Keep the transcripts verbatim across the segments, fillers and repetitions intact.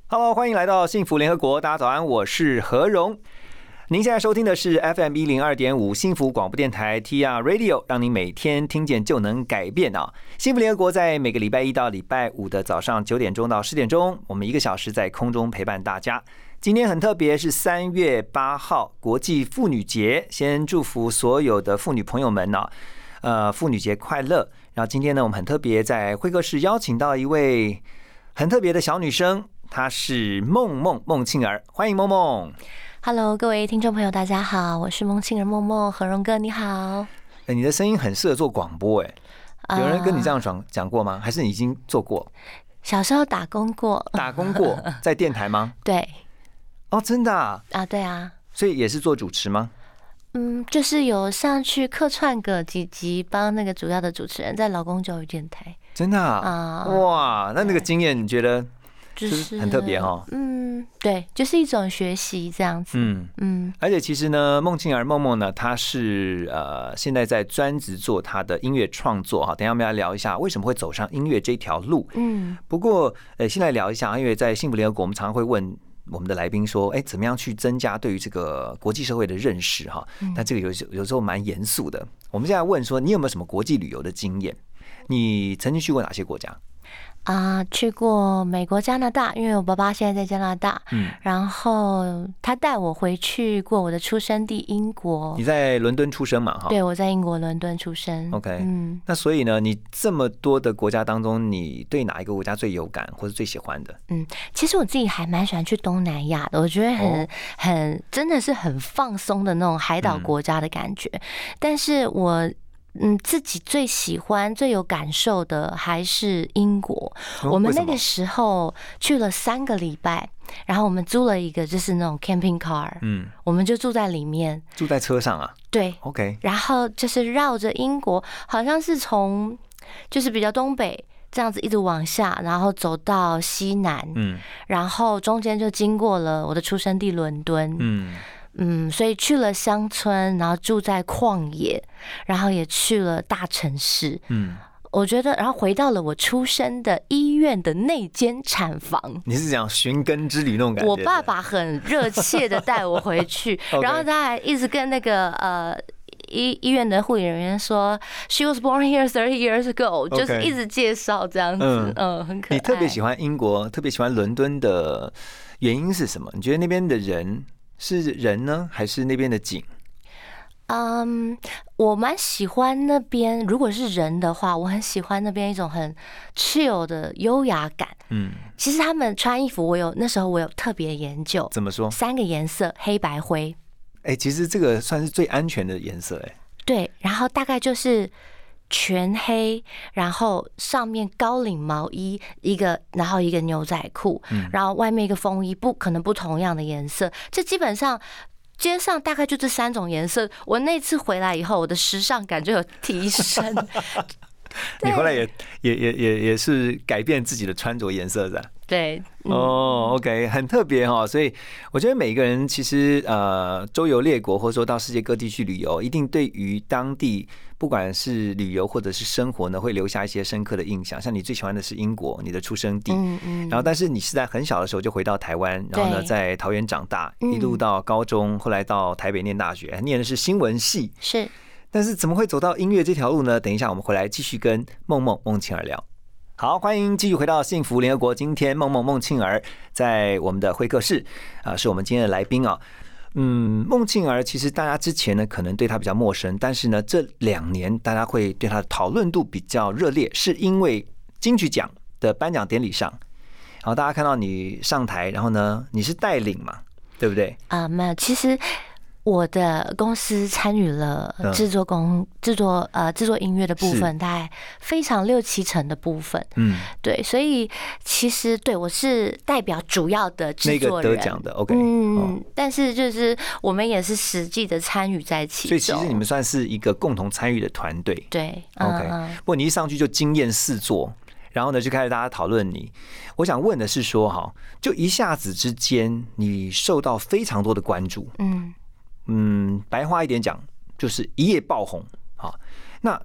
Hello， 欢迎来到幸福联合国，大家早安，我是何荣。您现在收听的是 F M 一零二点五幸福广播电台 T R Radio， 让您每天听见就能改变啊！幸福联合国在每个礼拜一到礼拜五的早上九点钟到十点钟，我们一个小时在空中陪伴大家。今天很特别，是三月八号国际妇女节，先祝福所有的妇女朋友们呢、啊，呃，妇女节快乐。然后今天呢，我们很特别在会客室邀请到一位很特别的小女生。她是梦梦孟庆儿，欢迎梦梦。 Hello， 各位听众朋友，大家好，我是孟庆儿梦梦，何荣哥你好。 欸、你的声音很适合做广播，哎，有人跟你这样讲讲过吗？还是你已经做过？ 小时候打工过， 打工过，在电台吗？ 对。 哦，真的啊？ 啊，对啊。所以也是做主持吗？ 嗯，就是有上去客串个几集，帮那个主要的主持人在劳工教育电台。 真的啊？啊哇，那那个经验你觉得？就是很特别哈， 嗯，对，就是一种学习这样子，嗯嗯，而且其实呢，孟庆儿梦梦呢，她是呃现在在专职做她的音乐创作哈，等一下我们要聊一下为什么会走上音乐这条路，嗯，不过呃先来聊一下，因为在幸福联合国，我们常常会问我们的来宾说，哎，怎么样去增加对于这个国际社会的认识哈？但这个有有时候蛮严肃的。我们现在问说，你有没有什么国际旅游的经验？你曾经去过哪些国家？ 啊、呃，去过美国、加拿大，因为我爸爸现在在加拿大，嗯，然后他带我回去过我的出生地英国。 你在伦敦出生嘛？哈， 对，我在英国伦敦出生。 OK， 嗯，那所以呢，你这么多的国家当中，你对哪一个国家最有感，或者最喜欢的？嗯， 其实我自己还蛮喜欢去东南亚的，我觉得很、哦、很真的是很放松的那种海岛国家的感觉，嗯、但是我。嗯，自己最喜欢、最有感受的还是英国。哦、我们那个时候去了三个礼拜，然后我们租了一个就是那种 camping car， 嗯，我们就住在里面， 住在车上啊。 对 ，OK。 然后就是绕着英国，好像是从就是比较东北这样子一直往下，然后走到西南，嗯，然后中间就经过了我的出生地伦敦，嗯。嗯，所以去了乡村，然后住在旷野，然后也去了大城市。嗯，我觉得，然后回到了我出生的医院的内间产房。 你是讲寻根之旅那种感觉？ 我爸爸很热切的带我回去，然后他还一直跟那个呃医医院的护理人员说 ，She was born here thirty years ago， 就是一直介绍这样子，嗯，嗯很可爱。 你特别喜欢英国，特别喜欢伦敦的原因是什么？你觉得那边的人？是人呢，还是那边的景？ 嗯、um, 我蛮喜欢那边。如果是人的话，我很喜欢那边一种很 chill 的优雅感。嗯，其实他们穿衣服，我有那时候我有特别研究。 怎么说？ 三个颜色：黑白灰。 哎、欸，其实这个算是最安全的颜色，哎。 对，然后大概就是全黑，然后上面高领毛衣一个，然后一个牛仔裤，嗯、然后外面一个风衣，不可能不同样的颜色。这基本上街上大概就这三种颜色。我那次回来以后，我的时尚感就有提升。 你后来也也也也也是改变自己的穿着颜色的。 对， 嗯、哦 ，OK， 很特别哈、哦，所以我觉得每个人其实呃周游列国，或者说到世界各地去旅游，一定对于当地不管是旅游或者是生活呢，会留下一些深刻的印象。像你最喜欢的是英国，你的出生地，嗯嗯，然后但是你是在很小的时候就回到台湾，然后呢在桃园长大，一路到高中，后来到台北念大学，念的是新闻系， 是。 但是怎么会走到音乐这条路呢？等一下我们回来继续跟梦梦孟庆儿聊。好，欢迎继续回到幸福联合国。今天梦梦孟庆儿在我们的会客室啊，是我们今天的来宾啊。嗯，孟庆儿其实大家之前呢可能对她比较陌生，但是呢这两年大家会对她的讨论度比较热烈，是因为金曲奖的颁奖典礼上，然后大家看到你上台，然后呢你是带领嘛，对不对？ 啊，没有，其实。我的公司参与了制作工制作呃制作音乐的部分，大概非常六七成的部分，嗯，对，所以其实对我是代表主要的制作人， 那个得奖的 ，OK， 嗯，哦、但是就是我们也是实际的参与在其中， 所以其实你们算是一个共同参与的团队， 对 ，OK， 嗯嗯不过你一上去就惊艳四座。然后呢，就开始大家讨论你。我想问的是说，哈，就一下子之间，你受到非常多的关注，嗯。嗯，白话一点讲，就是一夜爆红。好，那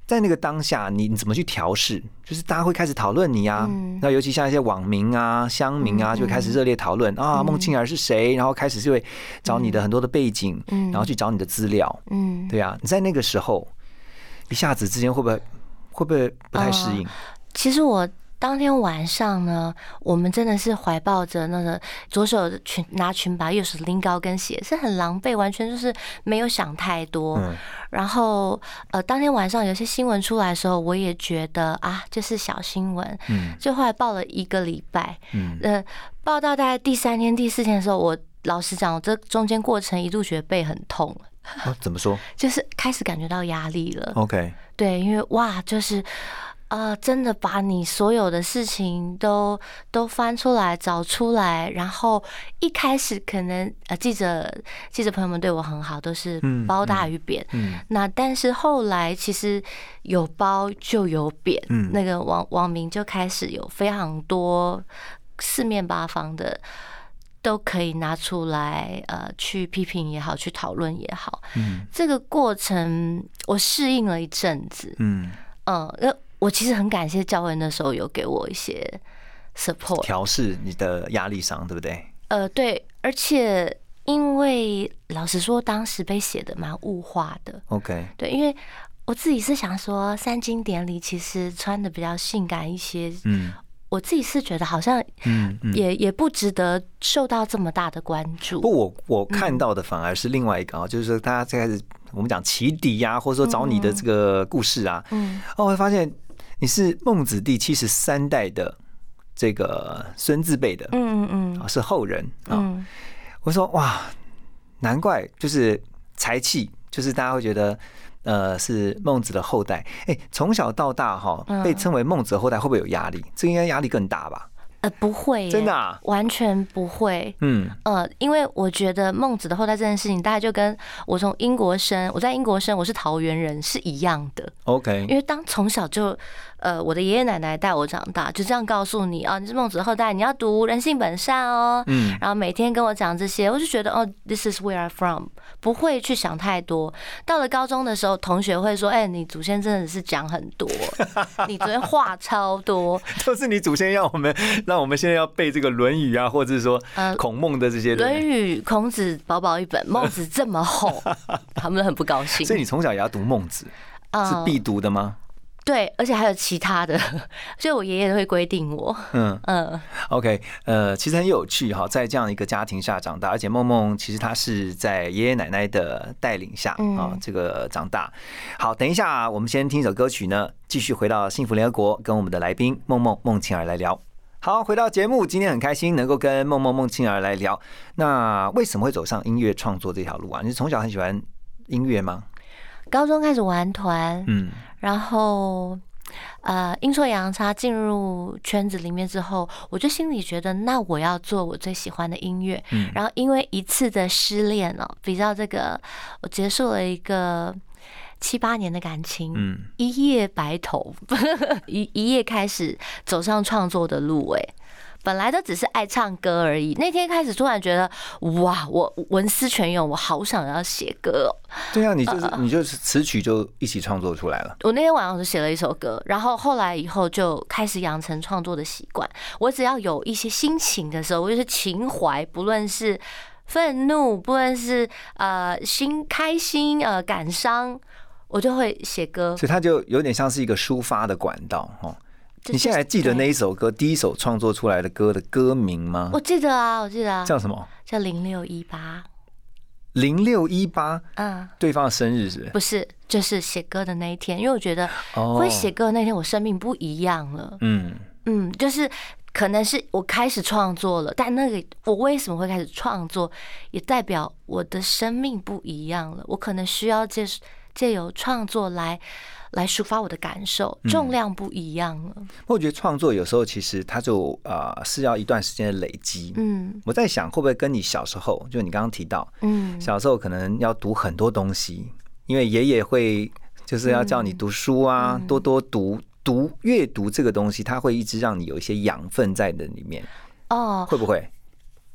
在那个当下，你你怎么去调试？就是大家会开始讨论你啊， 嗯、 那尤其像一些网民啊、乡民啊，就开始热烈讨论、嗯、啊，孟庆儿是谁？然后开始就会找你的很多的背景，嗯、然后去找你的资料，嗯，对啊，你在那个时候一下子之间会不会会不会不太适应？呃、 其实我。当天晚上呢，我们真的是怀抱着那个左手裙拿裙摆，右手拎高跟鞋，是很狼狈，完全就是没有想太多。嗯、然后呃，当天晚上有些新闻出来的时候，我也觉得啊，就是小新闻。嗯，就后来报了一个礼拜。嗯，呃，报到大概第三天、第四天的时候，我老实讲，我这中间过程一度觉得背很痛。 哦，怎么说？ 就是开始感觉到压力了。 OK， 对，因为哇，就是。呃，真的把你所有的事情都都翻出来找出来，然后一开始可能呃记者记者朋友们对我很好，都是褒大于贬。嗯嗯、那但是后来其实有褒就有贬，嗯、那个网网民就开始有非常多四面八方的都可以拿出来呃去批评也好，去讨论也好。嗯、这个过程我适应了一阵子。嗯嗯。呃我其实很感谢教会那时候有给我一些 support， 调试你的压力上，对不对？ 呃，对，而且因为老实说，当时被写的蛮物化的。 OK， 对，因为我自己是想说，三金典礼其实穿的比较性感一些，嗯，我自己是觉得好像，嗯，也也不值得受到这么大的关注。 不，我我看到的反而是另外一个啊，嗯、就是说大家最开始我们讲起底呀，或者说找你的这个故事啊，嗯，哦，我会发现。你是孟子第七十三代的这个孙字辈的，嗯嗯嗯，是后人啊。嗯、我说哇，难怪就是才气，就是大家会觉得呃是孟子的后代。哎，从小到大哈，被称为孟子的后代，会不会有压力？这应该压力更大吧？ 呃，不会， 真的啊， 完全不会。嗯，呃，因为我觉得孟子的后代这件事情，大概就跟我从英国生，我在英国生，我是桃园人是一样的。 OK， 因为当从小就，呃，我的爷爷奶奶带我长大，就这样告诉你啊，你是孟子的后代，你要读人性本善哦。嗯，然后每天跟我讲这些，我就觉得哦 ，this is where I'm from， 不会去想太多。到了高中的时候，同学会说，哎、欸，你祖先真的是讲很多，你昨天话超多， 都是你祖先要我们。那我们现在要背这个《论语》啊，或者是说孔孟的这些 《论语》，孔子薄薄一本，孟子这么厚，他们很不高兴。 所以你从小也要读孟子，是必读的吗？ 对，而且还有其他的，所以我爷爷都会规定我。嗯嗯 ，OK， 呃，其实很有趣哈，在这样一个家庭下长大，而且梦梦其实她是在爷爷奶奶的带领下啊，这个长大。好，等一下，我们先听一首歌曲呢，继续回到幸福联合国，跟我们的来宾梦梦孟庆儿来聊。好，回到节目，今天很开心能够跟梦梦孟庆儿来聊。那为什么会走上音乐创作这条路啊？你是从小很喜欢音乐吗？ 高中开始玩团，嗯，然后呃阴错阳差进入圈子里面之后，我就心里觉得，那我要做我最喜欢的音乐。嗯，然后因为一次的失恋哦，比较这个，我结束了一个七八年的感情，嗯，一夜白头，一一夜开始走上创作的路，哎。本来都只是爱唱歌而已，那天开始突然觉得，哇，我文思泉涌，我好想要写歌哦。 对啊，你就是、呃、你就是词曲就一起创作出来了。 我那天晚上就写了一首歌，然后后来以后就开始养成创作的习惯。我只要有一些心情的时候，我就是情怀，不论是愤怒，不论是呃心开心呃感伤，我就会写歌。 所以它就有点像是一个抒发的管道哦。你现在还记得那一首歌，第一首创作出来的歌的歌名吗？ 我记得啊，我记得啊， 叫什么？ 叫零六一八。 零六一八，嗯，对方的生日是不是？ 不是，就是写歌的那一天，因为我觉得会写歌的那天，我生命不一样了。嗯嗯，就是可能是我开始创作了，但那个我为什么会开始创作，也代表我的生命不一样了。我可能需要借借由创作来。来抒发我的感受，重量不一样了。嗯、 我觉得创作有时候其实它就呃是要一段时间的累积。嗯，我在想会不会跟你小时候，就你刚刚提到，嗯，小时候可能要读很多东西，因为爷爷会就是要叫你读书啊，嗯、多多读读阅读这个东西，它会一直让你有一些养分在的里面。哦，会不会？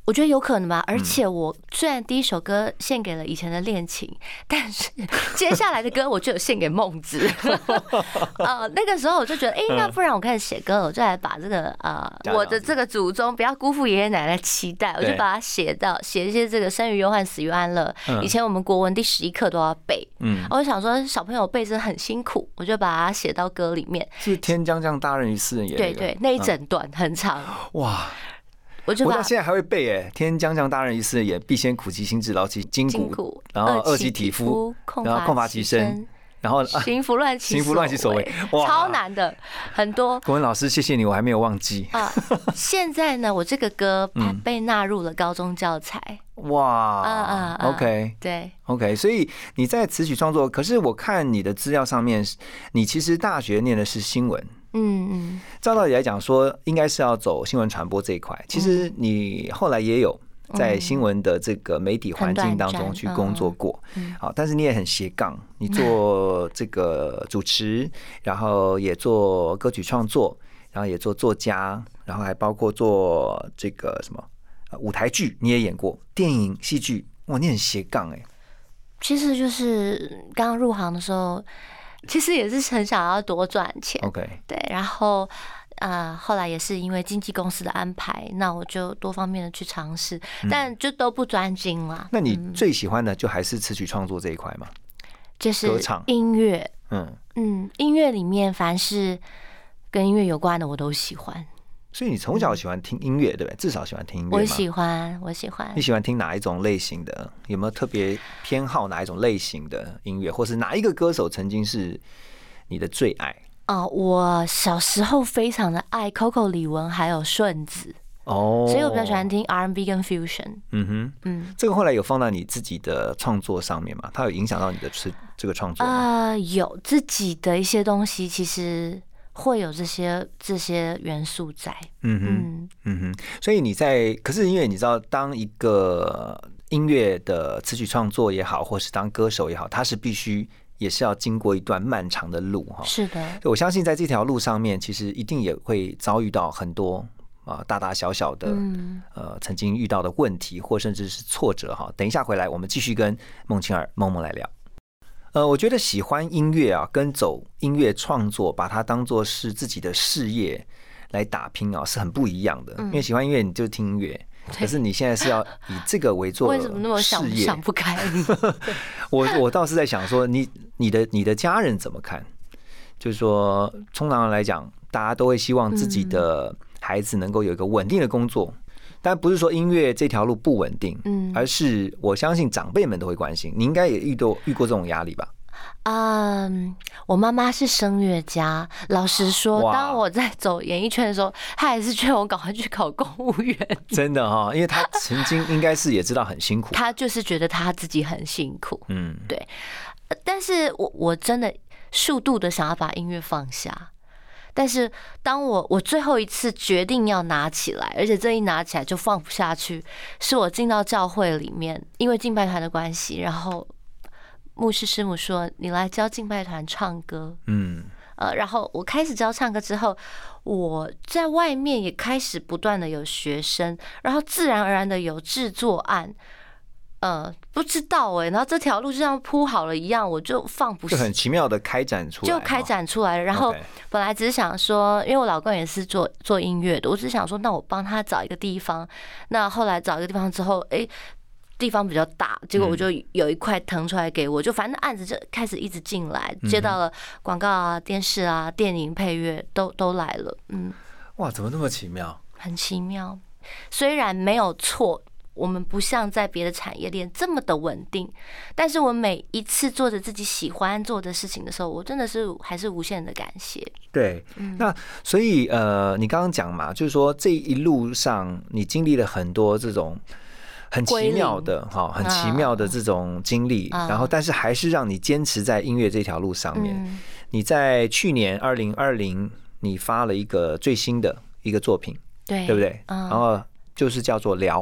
我觉得有可能吧，而且我虽然第一首歌献给了以前的恋情，但是接下来的歌我就有献给孟子。呃，那个时候我就觉得，哎、欸，那不然我开始写歌了，我就来把这个呃我的这个祖宗不要辜负爷爷奶奶期待，我就把它写到写一些这个生于忧患，死于安乐。以前我们国文第十一课都要背，嗯，我就想说小朋友背真的很辛苦，我就把它写到歌里面。 是天将降大任于斯人也。 对对，那一整段很长。哇。 我就我到现在还会背哎，天将降大任于斯人也，必先苦其心志，劳其筋骨，然后饿其体肤，然后空乏其身，然后行拂乱其行拂乱其所为， 超难的，很多。 国文老师，谢谢你，我还没有忘记啊。 现在呢，我这个歌被纳入了高中教材。 哇啊啊 ！OK， 对 ，OK， 所以你在词曲创作，可是我看你的资料上面，你其实大学念的是新闻。嗯嗯，照道理来讲说，应该是要走新闻传播这一块。其实你后来也有在新闻的这个媒体环境当中去工作过，好，但是你也很斜杠，你做这个主持，然后也做歌曲创作，然后也做作家，然后还包括做这个什么舞台剧，你也演过电影、戏剧，哇，你很斜杠哎。 其实就是刚刚入行的时候。其实也是很想要多赚钱 ，OK， 对，然后呃，后来也是因为经纪公司的安排，那我就多方面的去尝试，但就都不专精啦。 那你最喜欢的就还是词曲创作这一块吗？ 就是音乐，嗯嗯，音乐里面凡是跟音乐有关的我都喜欢。 所以你从小喜欢听音乐，对不对？至少喜欢听音乐吗？ 我喜欢，我喜欢。 你喜欢听哪一种类型的？有没有特别偏好哪一种类型的音乐，或是哪一个歌手曾经是你的最爱？ 哦，我小时候非常的爱 Coco 李玟还有顺子哦，所以我比较喜欢听 R and B 跟 Fusion。嗯哼，嗯， 这个后来有放到你自己的创作上面吗？它有影响到你的这个创作吗？ 呃，有自己的一些东西，其实。会有这些这些元素在， 嗯哼，嗯哼，所以你在，可是因为你知道，当一个音乐的词曲创作也好，或是当歌手也好，它是必须也是要经过一段漫长的路哈。 是的， 我相信在这条路上面，其实一定也会遭遇到很多啊大大小小的、嗯、呃曾经遇到的问题，或甚至是挫折哈。等一下回来，我们继续跟孟青儿梦梦来聊。呃，我觉得喜欢音乐啊，跟走音乐创作，把它当作是自己的事业来打拼啊，是很不一样的。嗯、因为喜欢音乐，你就听音乐，可是你现在是要以这个为做事业。为什么那么想想不开？ 我我倒是在想说，你你的你的家人怎么看？就是说，通常来讲，大家都会希望自己的孩子能够有一个稳定的工作。但不是说音乐这条路不稳定，嗯，而是我相信长辈们都会关心。你应该也遇到遇过这种压力吧？ 嗯，我妈妈是声乐家，老实说，当我在走演艺圈的时候，她还是劝我赶快去考公务员。 真的哈、哦，因为她曾经应该是也知道很辛苦， 她就是觉得她自己很辛苦，嗯，对。但是我我真的数度的想要把音乐放下。但是当我我最后一次决定要拿起来，而且这一拿起来就放不下去，是我进到教会里面，因为敬拜团的关系，然后牧师师母说你来教敬拜团唱歌，嗯，呃，然后我开始教唱歌之后，我在外面也开始不断的有学生，然后自然而然的有制作案。呃，不知道哎、欸，然后这条路就像铺好了一样，我就放不下， 就很奇妙的开展出来， 就开展出来了。然后本来只是想说，因为我老公也是做做音乐的，我只是想说，那我帮他找一个地方。那后来找一个地方之后，哎、欸，地方比较大，结果我就有一块腾出来给我，就反正案子就开始一直进来，接到了广告啊、电视啊、电影配乐都都来了。嗯， 哇，怎么那么奇妙？ 很奇妙，虽然没有错。我们不像在别的产业链这么的稳定，但是我每一次做着自己喜欢做的事情的时候，我真的是还是无限的感谢。 对，嗯、那所以呃，你刚刚讲嘛，就是说这一路上你经历了很多这种很奇妙的哈，很奇妙的这种经历，啊、然后但是还是让你坚持在音乐这条路上面。嗯、你在去年二零二零，你发了一个最新的一个作品，对，对不对？嗯、然后就是叫做聊。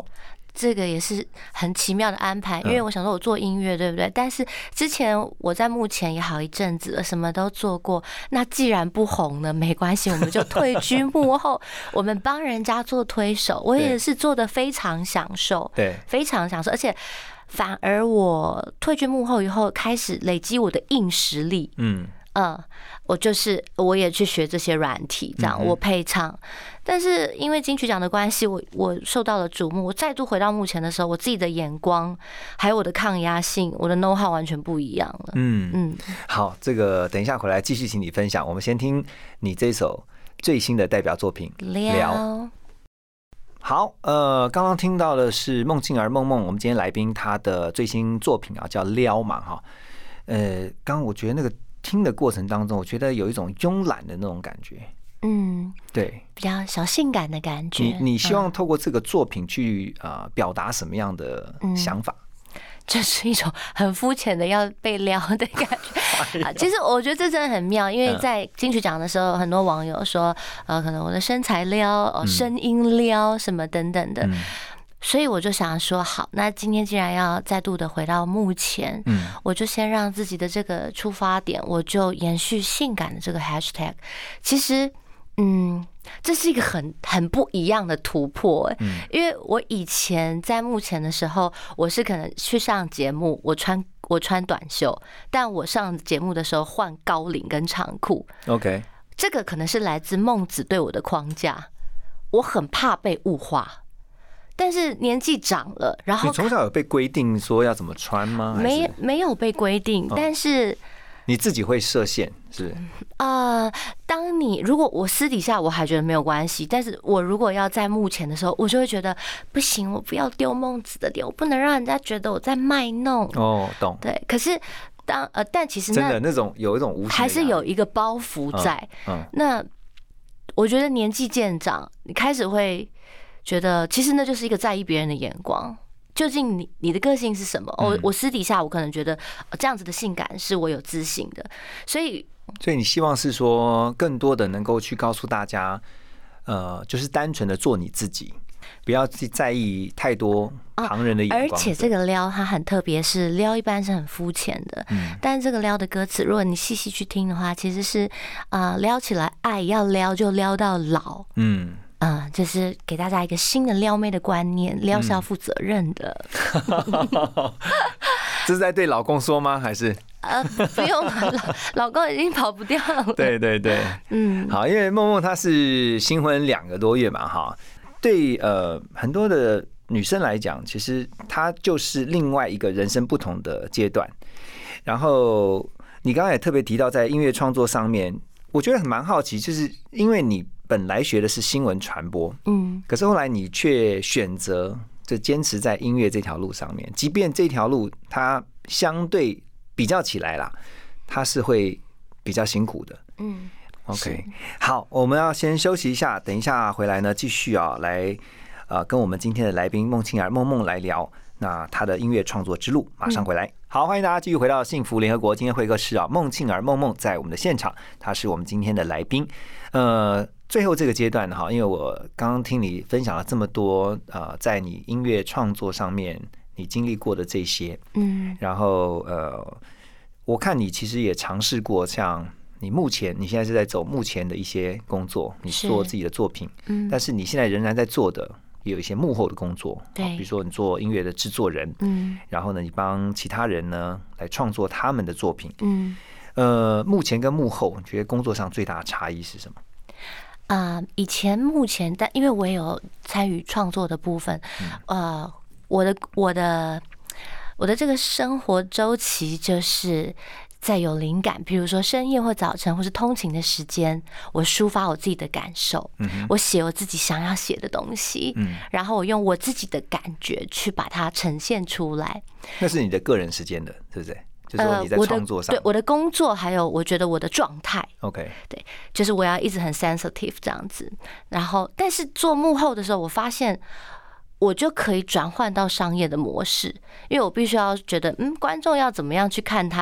这个也是很奇妙的安排，因为我想说我做音乐，对不对？但是之前我在幕前也好一阵子了，什么都做过。那既然不红了，没关系，我们就退居幕后，我们帮人家做推手。我也是做得非常享受， 对， 非常享受，而且反而我退居幕后以后，开始累积我的硬实力。嗯。嗯，我就是我也去学这些软体，这样我配唱，但是因为金曲奖的关系，我我受到了瞩目。我再度回到幕前的时候，我自己的眼光还有我的抗压性，我的 know how 完全不一样了。嗯嗯，好，这个等一下回来继续请你分享。我们先听你这首最新的代表作品《聊》。好，呃，刚刚听到的是孟庆儿梦梦，我们今天来宾她的最新作品啊，叫《撩》嘛，哈。呃，刚刚我觉得那个。听的过程当中，我觉得有一种慵懒的那种感觉，嗯，对， 比较小性感的感觉。 你你希望透过这个作品去啊、呃、表达什么样的想法？ 嗯，就是一种很肤浅的要被撩的感觉啊。其实我觉得这真的很妙，因为在金曲奖的时候，很多网友说，呃，可能我的身材撩，哦，声音撩，什么等等的。嗯，所以我就想说，好，那今天既然要再度的回到幕前，嗯，我就先让自己的这个出发点，我就延续性感的这个 hashtag。其实，嗯，这是一个很很不一样的突破，嗯，因为我以前在幕前的时候，我是可能去上节目，我穿我穿短袖，但我上节目的时候换高领跟长裤。 OK， 这个可能是来自孟子对我的框架，我很怕被物化。但是年纪长了，然后你从小有被规定说要怎么穿吗？ 没没有被规定，哦，但是你自己会设限，是？ 呃，当你如果我私底下我还觉得没有关系，但是我如果要在幕前的时候，我就会觉得不行，我不要丢孟子的脸，我不能让人家觉得我在卖弄。哦，懂。对，可是当呃，但其实那真的那种有一种无形的还是有一个包袱在。嗯，嗯那我觉得年纪渐长，你开始会。觉得其实那就是一个在意别人的眼光，究竟你你的个性是什么？我我私底下我可能觉得这样子的性感是我有自信的，所以所以你希望是说更多的能够去告诉大家，呃，就是单纯的做你自己，不要去在意太多旁人的眼光。 而且这个撩它很特别，是撩一般是很肤浅的，嗯，但是这个撩的歌词，如果你细细去听的话，其实是啊、呃，撩起来爱要撩就撩到老，嗯。嗯，就是给大家一个新的撩妹的观念，撩是要负责任的。 嗯、这是在对老公说吗？还是？ 呃，不用了，老老公已经跑不掉了。 对对对，嗯，好，因为梦梦她是新婚两个多月嘛，哈，对呃很多的女生来讲，其实她就是另外一个人生不同的阶段。然后你刚才也特别提到在音乐创作上面，我觉得很蛮好奇，就是因为你。本来学的是新闻传播，嗯，可是后来你却选择就坚持在音乐这条路上面，即便这条路它相对比较起来啦，它是会比较辛苦的，嗯 ，OK， 好，我们要先休息一下，等一下回来呢，继续啊来呃跟我们今天的来宾孟庆儿梦梦来聊。那他的音乐创作之路，马上回来。嗯、好，欢迎大家继续回到幸福联合国。今天会客室啊，孟庆儿梦梦在我们的现场，她是我们今天的来宾。呃，最后这个阶段哈，因为我刚刚听你分享了这么多，呃，在你音乐创作上面你经历过的这些，嗯，然后呃，我看你其实也尝试过，像你目前你现在是在走目前的一些工作，你做自己的作品，嗯，但是你现在仍然在做的。也有一些幕后的工作，对，比如说你做音乐的制作人，嗯，然后呢，你帮其他人呢来创作他们的作品，嗯，呃，幕前跟幕后，你觉得工作上最大的差异是什么？ 啊、呃，以前幕前，但因为我也有参与创作的部分，嗯、呃，我的我的我的这个生活周期就是在有灵感，比如说深夜或早晨或是通勤的时间，我抒发我自己的感受，嗯、我写我自己想要写的东西，嗯、然后我用我自己的感觉去把它呈现出来。 那是你的个人时间的，对不对？就是说你在创作上， 呃、对我的工作，还有我觉得我的状态 ，OK， 对，就是我要一直很 sensitive 这样子。然后，但是做幕后的时候，我发现我就可以转换到商业的模式，因为我必须要觉得，嗯，观众要怎么样去看他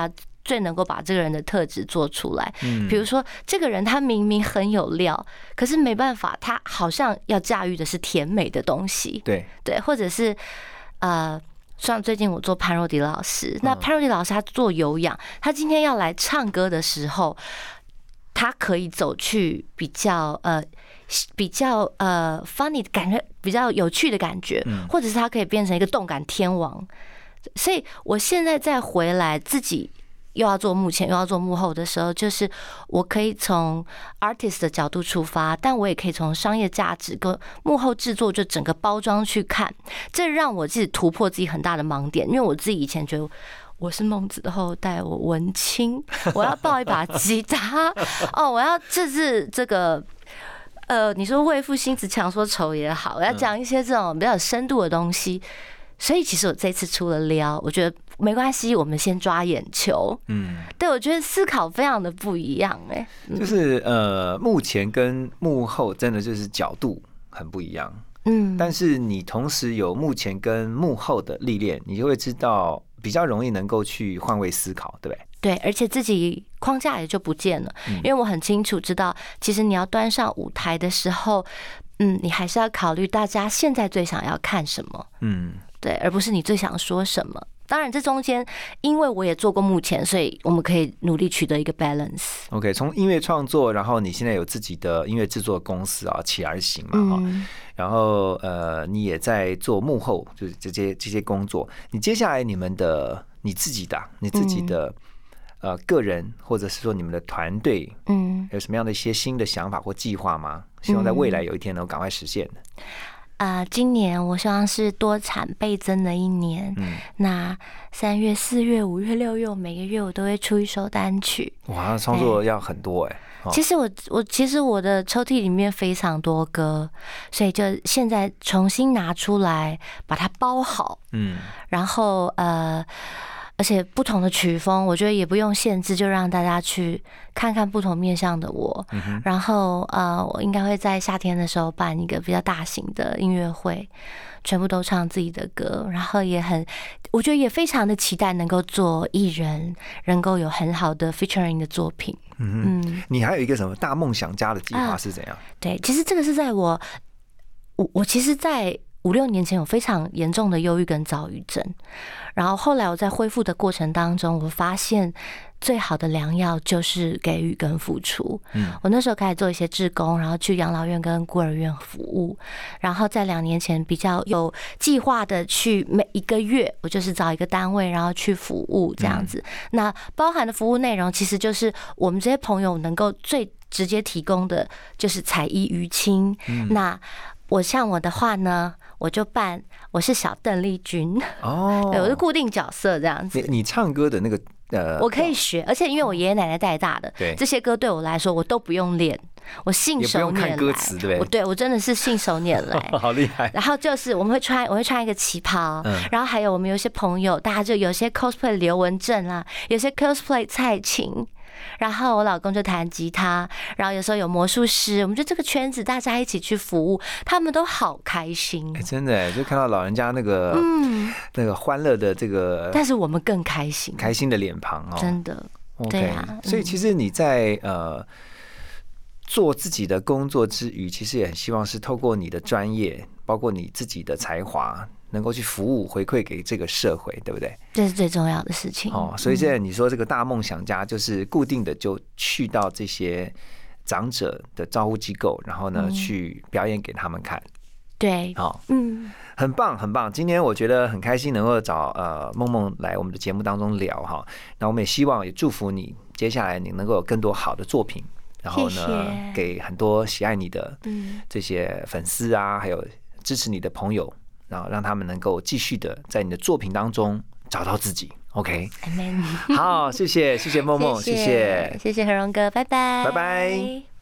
最能够把这个人的特质做出来。比如说这个人他明明很有料，可是没办法，他好像要驾驭的是甜美的东西。 对对，或者是呃。像最近我做潘若迪老师，那潘若迪老师他做有氧，他今天要来唱歌的时候，他可以走去比较呃比较呃 funny 的感觉，比较有趣的感觉，或者是他可以变成一个动感天王。所以我现在再回来自己又要做幕前又要做幕后的时候，就是我可以从 artist 的角度出发，但我也可以从商业价值跟幕后制作就整个包装去看，这让我自己突破自己很大的盲点。因为我自己以前觉得我是孟子的后代，我文青，我要抱一把吉他，哦，我要这是这个。呃，你说为赋新词强说愁也好，我要讲一些这种比较有深度的东西。所以其实我这次出了撩，我觉得没关系，我们先抓眼球。嗯，对，我觉得思考非常的不一样哎、 欸，就是呃，幕前跟幕后真的就是角度很不一样。嗯，但是你同时有幕前跟幕后的历练，你就会知道比较容易能够去换位思考，对不对？ 对，而且自己框架也就不见了，因为我很清楚知道，其实你要端上舞台的时候，嗯，你还是要考虑大家现在最想要看什么。嗯。对，而不是你最想说什么。当然，这中间因为我也做过幕前，所以我们可以努力取得一个 balance。 OK， 从音乐创作，然后你现在有自己的音乐制作公司啊，起而行嘛哈、嗯。然后呃，你也在做幕后，就是这些这些工作。你接下来你们的你自己的你自己的、嗯、呃个人，或者是说你们的团队，嗯，有什么样的一些新的想法或计划吗？希望在未来有一天能够赶快实现的。 呃，今年我希望是多产倍增的一年。嗯，那三月、四月、五月、六月，我每个月我都会出一首单曲。 哇，创作要很多哎、 欸。其实我我其实我的抽屉里面非常多歌，所以就现在重新拿出来，把它包好。嗯，然后呃。而且不同的曲风，我觉得也不用限制，就让大家去看看不同面向的我。嗯、然后呃，我应该会在夏天的时候办一个比较大型的音乐会，全部都唱自己的歌。然后也很，我觉得也非常的期待能够做艺人，能够有很好的 featuring 的作品。 嗯嗯，你还有一个什么大梦想家的计划是怎样？ 啊、对，其实这个是在我，我我其实，在五六年前有非常严重的忧郁跟躁郁症，然后后来我在恢复的过程当中，我发现最好的良药就是给予跟付出。嗯，我那时候开始做一些志工，然后去养老院跟孤儿院服务，然后在两年前比较有计划的去每一个月，我就是找一个单位，然后去服务这样子。嗯、那包含的服务内容，其实就是我们这些朋友能够最直接提供的，就是彩衣娱亲。嗯、那我像我的话呢，我就扮我是小邓丽君哦，对，我是固定角色这样子。 你你唱歌的那个呃， 我可以学，而且因为我爷爷奶奶带大的，对这些歌对我来说我都不用练，我信手拈来。 也不用看歌词，对不对？ 我对我真的是信手拈来， 好厉害。 然后就是我们会穿，我会穿一个旗袍，嗯、然后还有我们有些朋友，大家就有些 cosplay 刘文正啦，有些 cosplay 蔡琴。然后我老公就弹吉他，然后有时候有魔术师，我们就这个圈子大家一起去服务，他们都好开心。 欸、真的，就看到老人家那个嗯那个欢乐的这个， 但是我们更开心， 开心的脸庞哦， 真的。 Okay, 对啊， 所以其实你在呃做自己的工作之余，其实也很希望是透过你的专业，包括你自己的才华，能够去服务回馈给这个社会，对不对？ 这是最重要的事情哦。所以现在你说这个大梦想家，就是固定的就去到这些长者的照护机构，然后呢、嗯、去表演给他们看。 对， 好，嗯，很棒，很棒。今天我觉得很开心能够找呃梦梦来我们的节目当中聊哈。那我们也希望也祝福你，接下来你能够有更多好的作品，然后呢， 谢谢给很多喜爱你的这些粉丝啊，还有支持你的朋友，然后让他们能够继续的在你的作品当中找到自己。OK， Amen。 好，谢谢，谢谢梦梦，谢谢， 谢谢何荣哥，拜拜， 拜拜。